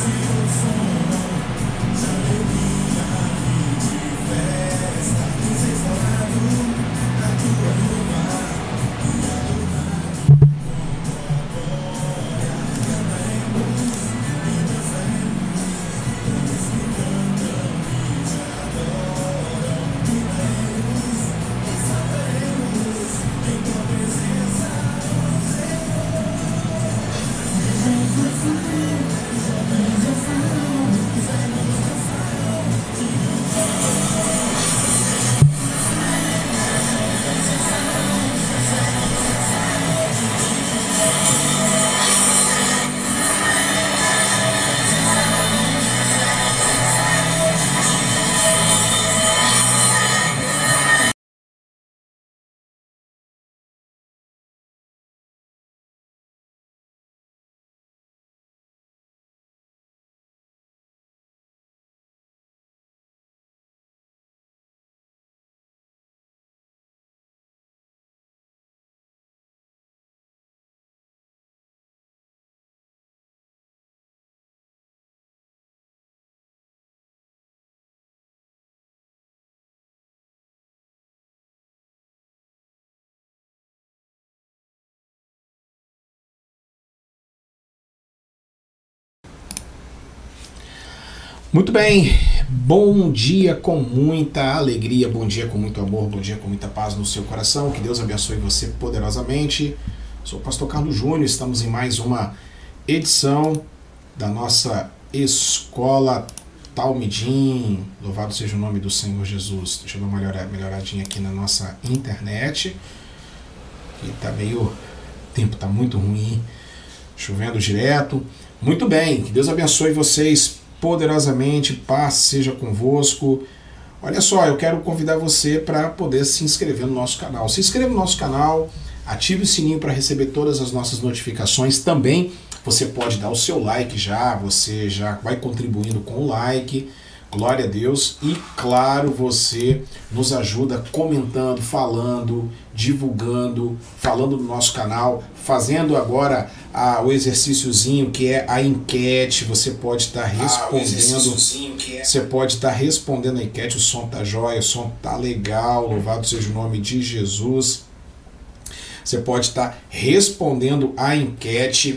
Muito bem, bom dia com muita alegria, bom dia com muito amor, bom dia com muita paz no seu coração, que Deus abençoe você poderosamente. Sou o pastor Carlos Júnior, estamos em mais uma edição da nossa Escola Talmidim, louvado seja o nome do Senhor Jesus. Deixa eu dar uma melhoradinha aqui na nossa internet, que tá meio, o tempo tá muito ruim, chovendo direto. Muito bem, que Deus abençoe vocês poderosamente, paz seja convosco. Olha só, eu quero convidar você para poder se inscrever no nosso canal. Se inscreva no nosso canal, ative o sininho para receber todas as nossas notificações. Também você pode dar o seu like já, você já vai contribuindo com o like, glória a Deus. E claro, você nos ajuda comentando, falando, divulgando, falando no nosso canal, fazendo agora o exercíciozinho que é a enquete. Você pode estar respondendo, você pode estar respondendo a enquete. O som tá jóia, o som tá legal, louvado seja o nome de Jesus. Você pode estar respondendo a enquete,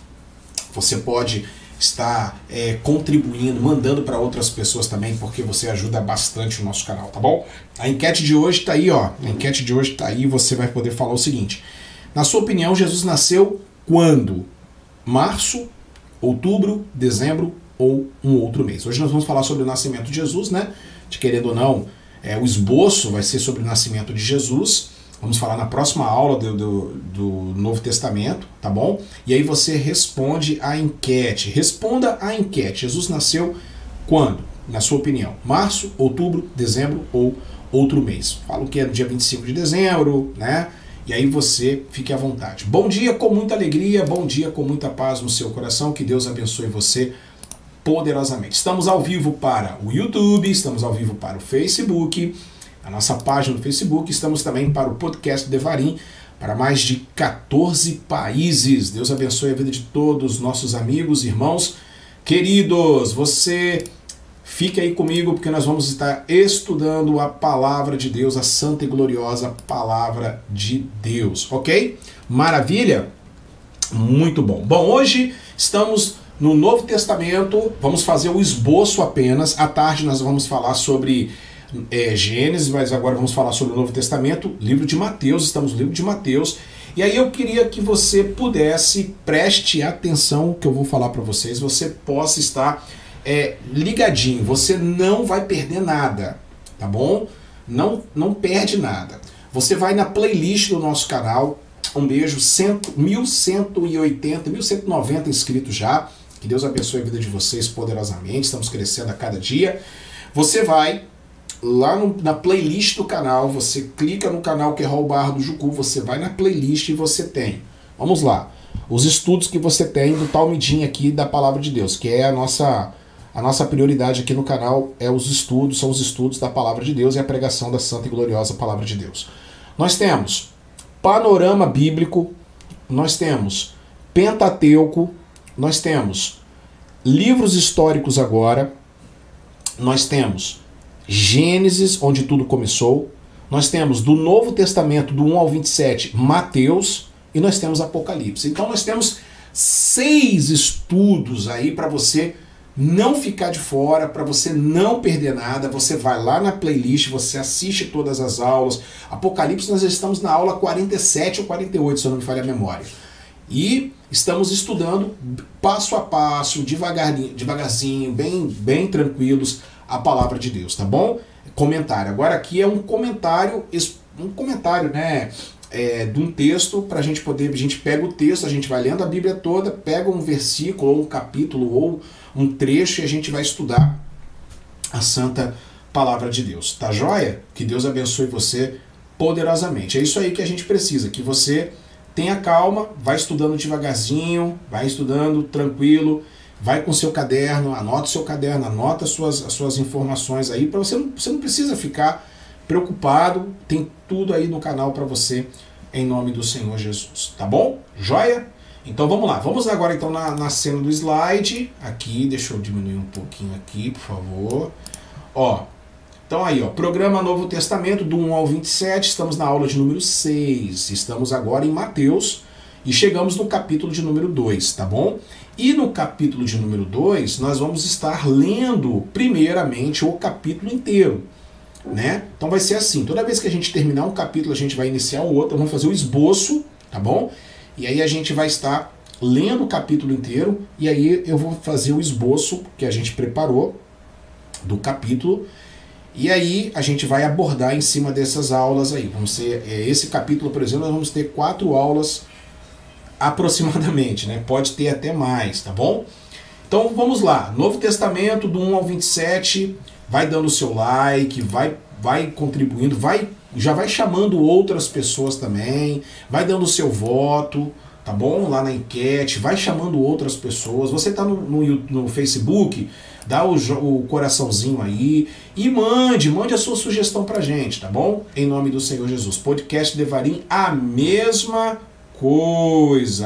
você pode estar contribuindo, mandando para outras pessoas também, porque você ajuda bastante o nosso canal, tá bom? A enquete de hoje tá aí, ó. A enquete de hoje tá aí, você vai poder falar o seguinte: na sua opinião, Jesus nasceu quando? Março, outubro, dezembro ou um outro mês? Hoje nós vamos falar sobre o nascimento de Jesus, né? De querendo ou não, o esboço vai ser sobre o nascimento de Jesus. Vamos falar na próxima aula do Novo Testamento, tá bom? E aí você responde a enquete. Responda a enquete. Jesus nasceu quando, na sua opinião? Março, outubro, dezembro ou outro mês? Fala que é no dia 25 de dezembro, né? E aí você fique à vontade. Bom dia com muita alegria, bom dia com muita paz no seu coração. Que Deus abençoe você poderosamente. Estamos ao vivo para o YouTube, estamos ao vivo para o Facebook, a nossa página no Facebook, estamos também para o podcast Devarim, para mais de 14 países. Deus abençoe a vida de todos os nossos amigos, irmãos, queridos. Você fique aí comigo, porque nós vamos estar estudando a palavra de Deus, a santa e gloriosa palavra de Deus, ok? Maravilha? Muito bom. Bom, hoje estamos no Novo Testamento, vamos fazer o esboço apenas. À tarde nós vamos falar sobre Gênesis, mas agora vamos falar sobre o Novo Testamento, livro de Mateus, estamos no livro de Mateus. E aí eu queria que você preste atenção no que eu vou falar para vocês, você possa estar ligadinho, você não vai perder nada, tá bom? Não perde nada. Você vai na playlist do nosso canal, um beijo, 1180, 1190 inscritos já, que Deus abençoe a vida de vocês poderosamente, estamos crescendo a cada dia. Você vai lá na playlist do canal, você clica no canal que é Raul Barra do Jucu, você vai na playlist e você tem, vamos lá, os estudos que você tem do Talmidim aqui da Palavra de Deus, que é a nossa prioridade aqui no canal, são os estudos da Palavra de Deus e a pregação da santa e gloriosa Palavra de Deus. Nós temos panorama bíblico, nós temos Pentateuco, nós temos livros históricos agora, nós temos Gênesis, onde tudo começou, nós temos do Novo Testamento, do 1 ao 27, Mateus, e nós temos Apocalipse. Então nós temos 6 estudos aí para você não ficar de fora, para você não perder nada. Você vai lá na playlist, você assiste todas as aulas. Apocalipse nós estamos na aula 47 ou 48, se eu não me falha a memória. E estamos estudando passo a passo, devagarzinho, bem tranquilos, a palavra de Deus, tá bom? Comentário. Agora aqui é um comentário, né? De um texto, para a gente poder, a gente pega o texto, a gente vai lendo a Bíblia toda, pega um versículo, ou um capítulo, ou um trecho, e a gente vai estudar a santa palavra de Deus. Tá joia? Que Deus abençoe você poderosamente. É isso aí que a gente precisa, que você tenha calma, vai estudando devagarzinho, vai estudando tranquilo, vai com seu caderno, anota o seu caderno, anota as suas informações aí, para você não precisa ficar preocupado, tem tudo aí no canal para você, em nome do Senhor Jesus, tá bom? Joia? Então vamos lá, vamos agora então na cena do slide, aqui, deixa eu diminuir um pouquinho aqui, por favor. Ó, então aí, ó, programa Novo Testamento, do 1 ao 27, estamos na aula de número 6, estamos agora em Mateus, e chegamos no capítulo de número 2, tá bom? E no capítulo de número 2, nós vamos estar lendo, primeiramente, o capítulo inteiro. Né? Então vai ser assim, toda vez que a gente terminar um capítulo, a gente vai iniciar o outro, vamos fazer o esboço, tá bom? E aí a gente vai estar lendo o capítulo inteiro, e aí eu vou fazer o esboço que a gente preparou do capítulo, e aí a gente vai abordar em cima dessas aulas aí. Vamos ser, esse capítulo, por exemplo, nós vamos ter 4 aulas aproximadamente, né? Pode ter até mais, tá bom? Então vamos lá, Novo Testamento, do 1 ao 27, vai dando o seu like, vai contribuindo, já vai chamando outras pessoas também, vai dando o seu voto, tá bom? Lá na enquete, vai chamando outras pessoas. Você tá no Facebook, dá o coraçãozinho aí e mande a sua sugestão pra gente, tá bom? Em nome do Senhor Jesus. Podcast Devarim, a mesma coisa,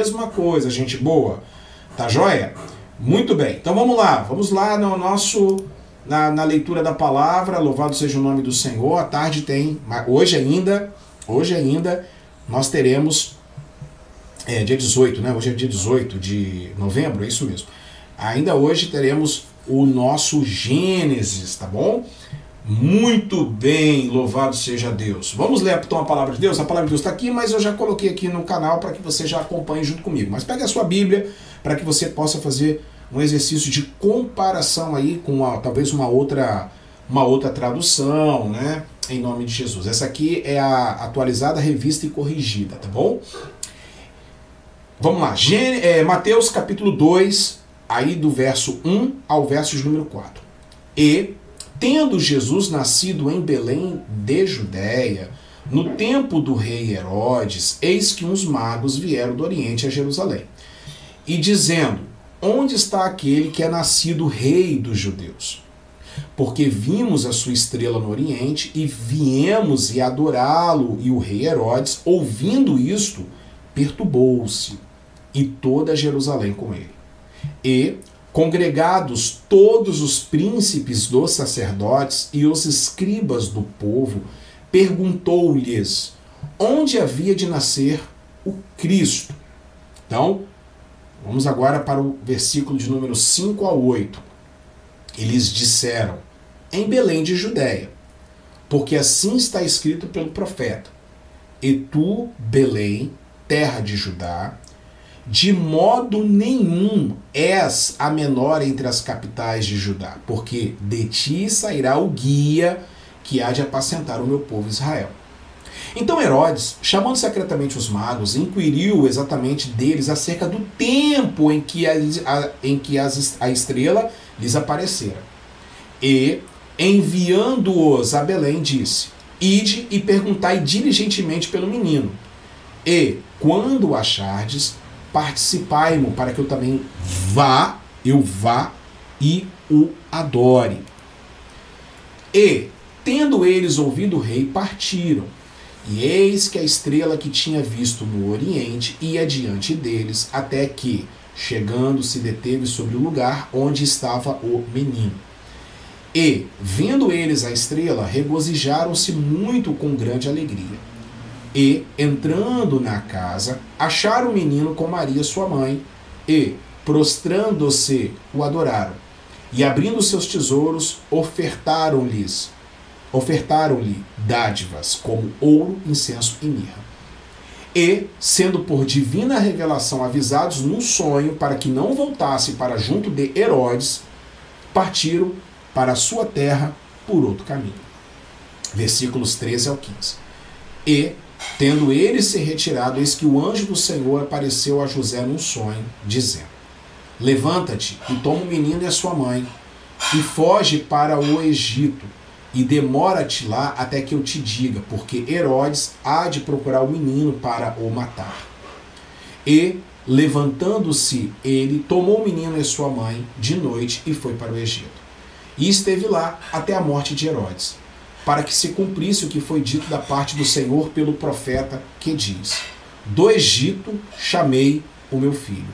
gente boa. Tá joia? Muito bem, então vamos lá no nosso... Na leitura da palavra, louvado seja o nome do Senhor. À tarde tem, hoje ainda, nós teremos, dia 18, né? Hoje é dia 18 de novembro, é isso mesmo. Ainda hoje teremos o nosso Gênesis, tá bom? Muito bem, louvado seja Deus. Vamos ler então a palavra de Deus? A palavra de Deus está aqui, mas eu já coloquei aqui no canal para que você já acompanhe junto comigo. Mas pegue a sua Bíblia para que você possa fazer um exercício de comparação aí com talvez uma outra tradução, né? Em nome de Jesus. Essa aqui é a atualizada, revista e corrigida, tá bom? Vamos lá. Mateus capítulo 2, aí do verso 1 ao verso de número 4. E, tendo Jesus nascido em Belém de Judéia, no tempo do rei Herodes, eis que uns magos vieram do Oriente a Jerusalém, e dizendo: onde está aquele que é nascido rei dos judeus? Porque vimos a sua estrela no Oriente e viemos e adorá-lo. E o rei Herodes, ouvindo isto, perturbou-se, e toda Jerusalém com ele. E, congregados todos os príncipes dos sacerdotes e os escribas do povo, perguntou-lhes onde havia de nascer o Cristo. Então, vamos agora para o versículo de número 5 a 8. Eles disseram: em Belém de Judéia, porque assim está escrito pelo profeta: e tu, Belém, terra de Judá, de modo nenhum és a menor entre as capitais de Judá, porque de ti sairá o guia que há de apacentar o meu povo Israel. Então Herodes, chamando secretamente os magos, inquiriu exatamente deles acerca do tempo em que a estrela lhes aparecera. E, enviando-os a Belém, disse: ide e perguntai diligentemente pelo menino. E, quando o achardes, participai-mo, para que eu também vá e o adore. E, tendo eles ouvido o rei, partiram. E eis que a estrela que tinha visto no Oriente ia diante deles, até que, chegando, se deteve sobre o lugar onde estava o menino. E, vendo eles a estrela, regozijaram-se muito com grande alegria. E, entrando na casa, acharam o menino com Maria, sua mãe, e, prostrando-se, o adoraram. E, abrindo seus tesouros, ofertaram-lhe dádivas, como ouro, incenso e mirra. E, sendo por divina revelação avisados num sonho para que não voltasse para junto de Herodes, partiram para a sua terra por outro caminho. Versículos 13 ao 15. E, tendo ele se retirado, eis que o anjo do Senhor apareceu a José num sonho, dizendo: Levanta-te e toma o menino e a sua mãe, e foge para o Egito, e demora-te lá até que eu te diga, porque Herodes há de procurar o menino para o matar. E, levantando-se ele, tomou o menino e sua mãe de noite e foi para o Egito. E esteve lá até a morte de Herodes, para que se cumprisse o que foi dito da parte do Senhor pelo profeta, que diz: Do Egito chamei o meu filho.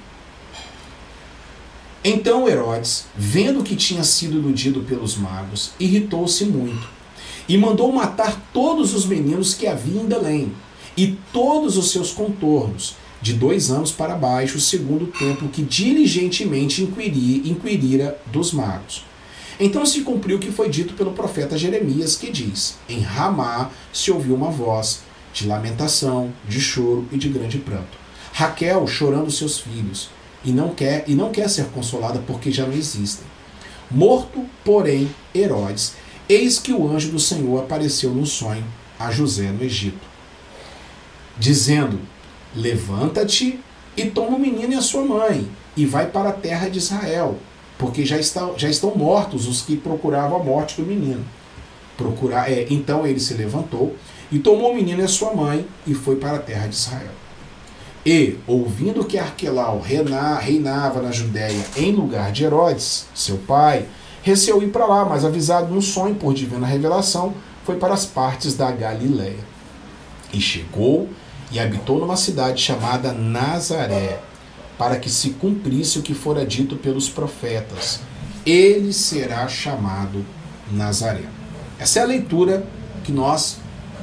Então Herodes, vendo que tinha sido iludido pelos magos, irritou-se muito, e mandou matar todos os meninos que havia em Belém, e todos os seus contornos, de 2 anos para baixo, segundo o tempo que diligentemente inquirira dos magos. Então se cumpriu o que foi dito pelo profeta Jeremias, que diz: Em Ramá se ouviu uma voz de lamentação, de choro e de grande pranto. Raquel chorando seus filhos, e não quer ser consolada porque já não existem. Morto, porém, Herodes, eis que o anjo do Senhor apareceu no sonho a José no Egito, dizendo: Levanta-te e toma o menino e a sua mãe, e vai para a terra de Israel, porque já estão mortos os que procuravam a morte do menino. Então ele se levantou e tomou o menino e a sua mãe e foi para a terra de Israel. E, ouvindo que Arquelau reinava na Judéia em lugar de Herodes, seu pai, receou ir para lá, mas avisado num sonho por divina revelação, foi para as partes da Galiléia. E chegou e habitou numa cidade chamada Nazaré, para que se cumprisse o que fora dito pelos profetas: ele será chamado Nazareno. Essa é a leitura que nós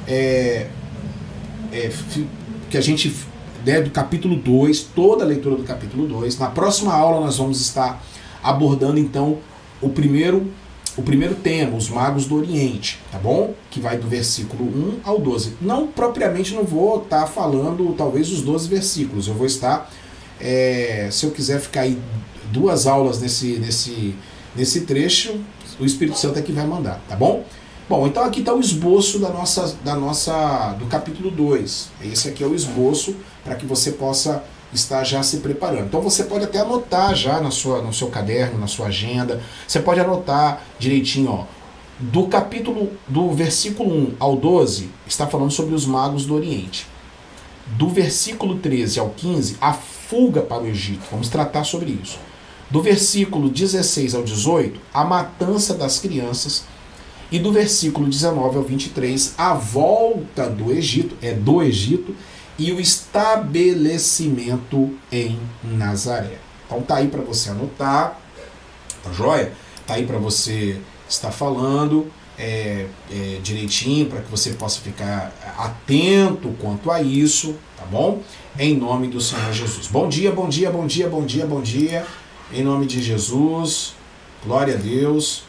que a gente do capítulo 2, toda a leitura do capítulo 2. Na próxima aula nós vamos estar abordando então o primeiro tema, os magos do Oriente, tá bom? Que vai do versículo 1 ao 12. Não propriamente, não vou estar falando talvez os 12 versículos, eu vou estar se eu quiser ficar aí 2 aulas nesse trecho, o Espírito Santo é que vai mandar, tá bom? Bom, então aqui está o esboço do capítulo 2. Esse aqui é o esboço para que você possa estar já se preparando. Então você pode até anotar já no seu caderno, na sua agenda. Você pode anotar direitinho, ó. Do versículo 1 ao 12, está falando sobre os magos do Oriente. Do versículo 13 ao 15, a fuga para o Egito. Vamos tratar sobre isso. Do versículo 16 ao 18, a matança das crianças. E do versículo 19 ao 23, a volta do Egito, e o estabelecimento em Nazaré. Então tá aí para você anotar, tá joia? Tá aí para você estar falando direitinho, para que você possa ficar atento quanto a isso, tá bom? Em nome do Senhor Jesus. Bom dia, bom dia, bom dia, bom dia, bom dia. Em nome de Jesus, glória a Deus.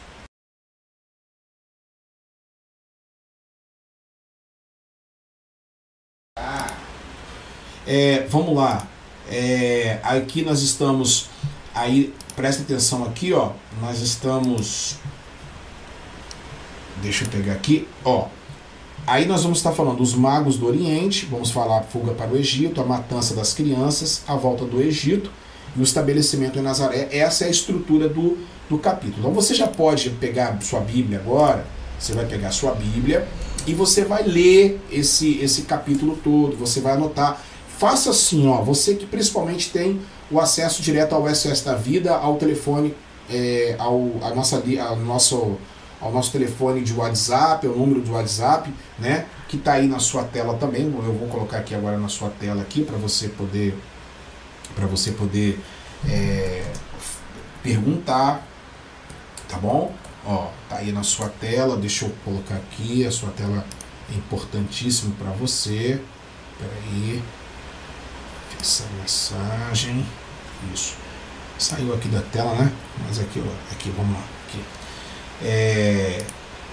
Vamos lá. Aqui nós estamos. Aí, presta atenção aqui, ó. Nós estamos. Deixa eu pegar aqui, ó. Aí nós vamos estar falando dos magos do Oriente, vamos falar a fuga para o Egito, a matança das crianças, a volta do Egito e o estabelecimento em Nazaré. Essa é a estrutura do capítulo. Então você já pode pegar sua Bíblia agora, você vai pegar sua Bíblia e você vai ler esse capítulo todo, você vai anotar. Faça assim, ó, você que principalmente tem o acesso direto ao SOS da Vida, ao telefone, ao nosso telefone de WhatsApp, ao número de WhatsApp, né, que está aí na sua tela também. Eu vou colocar aqui agora na sua tela aqui para você poder perguntar, tá bom? Ó, tá aí na sua tela, deixa eu colocar aqui, a sua tela é importantíssimo para você. Peraí, fixar a mensagem, isso, saiu aqui da tela, né? Mas aqui, ó, aqui, vamos lá, aqui.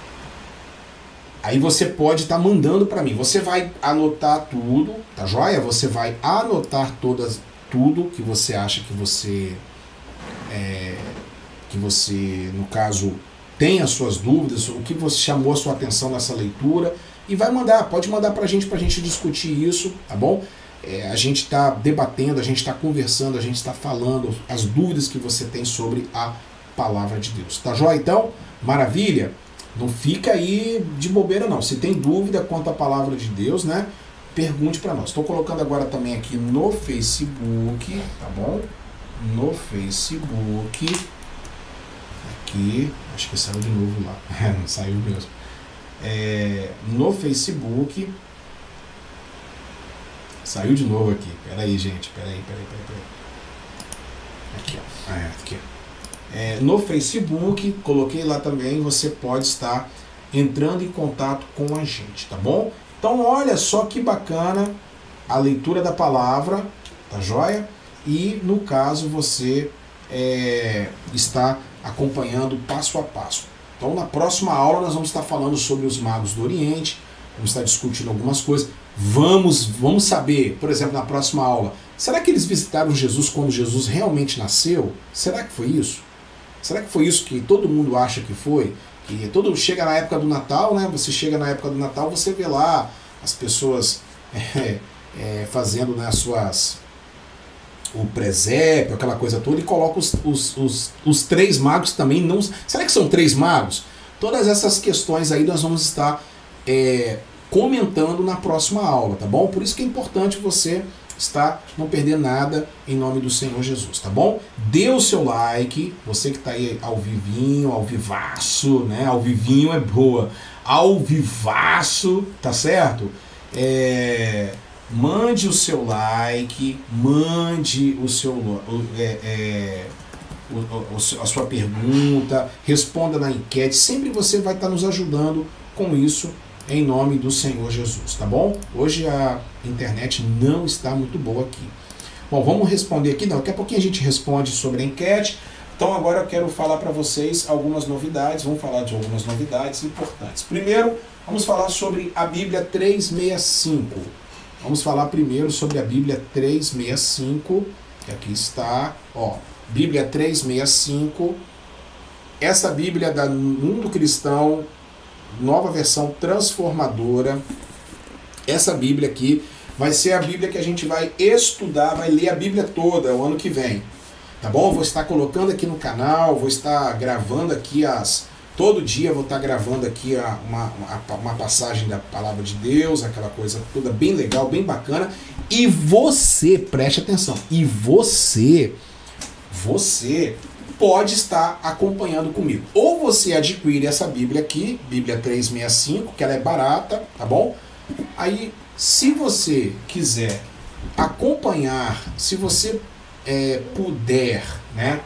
Aí você pode estar mandando para mim, você vai anotar tudo, tá joia? Você vai anotar tudo que você acha que você, no caso, tem as suas dúvidas, o que você chamou a sua atenção nessa leitura, e vai mandar, pode mandar pra gente discutir isso, tá bom? A gente está debatendo, a gente está conversando, a gente está falando as dúvidas que você tem sobre a palavra de Deus. Tá joia então? Maravilha? Não fica aí de bobeira não. Se tem dúvida quanto à palavra de Deus, né? Pergunte para nós. Estou colocando agora também aqui no Facebook, tá bom? No Facebook. Aqui, acho que saiu de novo lá. Não saiu mesmo. No Facebook. Saiu de novo aqui. Peraí, gente. Peraí. Aqui, ó. Aqui, ó. No Facebook, coloquei lá também, você pode estar entrando em contato com a gente, tá bom? Então olha só que bacana a leitura da palavra, tá joia? E no caso você está acompanhando passo a passo. Então na próxima aula nós vamos estar falando sobre os magos do Oriente, vamos estar discutindo algumas coisas, vamos saber, por exemplo, na próxima aula, será que eles visitaram Jesus quando Jesus realmente nasceu? Será que foi isso? Será que foi isso que todo mundo acha que foi? Que todo chega na época do Natal, né? Você chega na época do Natal, você vê lá as pessoas fazendo, né, o presépio, aquela coisa toda, e coloca os três magos também. Não, será que são três magos? Todas essas questões aí nós vamos estar comentando na próxima aula, tá bom? Por isso que é importante você não perder nada em nome do Senhor Jesus, tá bom? Dê o seu like, você que está aí ao vivinho, ao vivaço, né? Ao vivinho é boa, ao vivaço, tá certo? Mande o seu like, mande a sua pergunta, responda na enquete, sempre você vai estar nos ajudando com isso, em nome do Senhor Jesus, tá bom? Hoje a internet não está muito boa aqui. Bom, vamos responder aqui, daqui a pouquinho a gente responde sobre a enquete. Então agora eu quero falar para vocês algumas novidades, vamos falar de algumas novidades importantes. Primeiro, vamos falar sobre a Bíblia 365. Vamos falar primeiro sobre a Bíblia 365, que aqui está, ó, Bíblia 365. Essa Bíblia da Mundo Cristão, nova versão transformadora. Essa Bíblia aqui vai ser a Bíblia que a gente vai estudar, vai ler a Bíblia toda o ano que vem, tá bom? Vou estar colocando aqui no canal, vou estar gravando aqui todo dia vou estar gravando aqui uma passagem da Palavra de Deus, aquela coisa toda bem legal, bem bacana. E você, preste atenção, e você pode estar acompanhando comigo. Ou você adquire essa Bíblia aqui, Bíblia 365, que ela é barata, tá bom? Aí, se você quiser acompanhar, se você puder, né?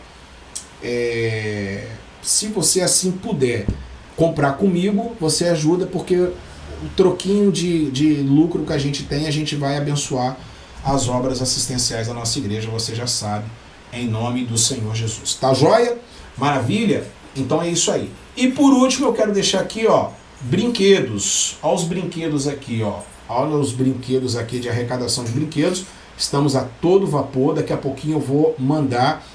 Se você assim puder comprar comigo, você ajuda, porque o troquinho de lucro que a gente tem, a gente vai abençoar as obras assistenciais da nossa igreja, você já sabe, em nome do Senhor Jesus. Tá joia? Maravilha? Então é isso aí. E por último eu quero deixar aqui, ó, brinquedos. Olha os brinquedos aqui, ó. Olha os brinquedos aqui de arrecadação de brinquedos. Estamos a todo vapor. Daqui a pouquinho eu vou mandar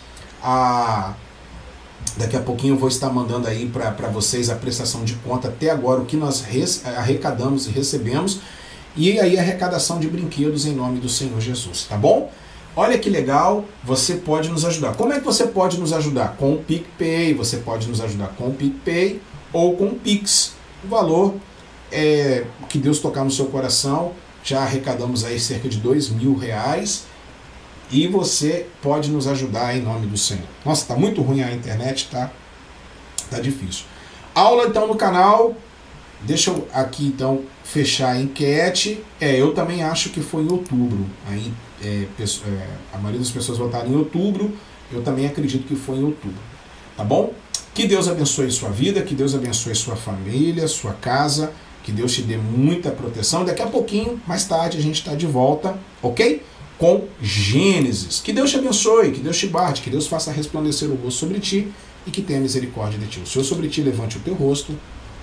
Daqui a pouquinho eu vou estar mandando aí para vocês a prestação de conta até agora, o que nós arrecadamos e recebemos. E aí a arrecadação de brinquedos em nome do Senhor Jesus, tá bom? Olha que legal, você pode nos ajudar. Como é que você pode nos ajudar? Com o PicPay, você pode nos ajudar com o PicPay ou com o Pix. O valor que Deus tocar no seu coração, já arrecadamos aí cerca de R$2.000 e você pode nos ajudar em nome do Senhor. Nossa, tá muito ruim a internet, tá difícil. Aula então no canal, deixa eu aqui então fechar a enquete. Eu também acho que foi em outubro, aí a maioria das pessoas votaram em outubro, Eu também acredito que foi em outubro. Tá bom? Que Deus abençoe sua vida, que Deus abençoe sua família, sua casa, que Deus te dê muita proteção. Daqui a pouquinho, mais tarde, a gente está de volta, ok? Com Gênesis. Que Deus te abençoe, que Deus te guarde, que Deus faça resplandecer o rosto sobre ti e que tenha misericórdia de ti. O Senhor sobre ti levante o teu rosto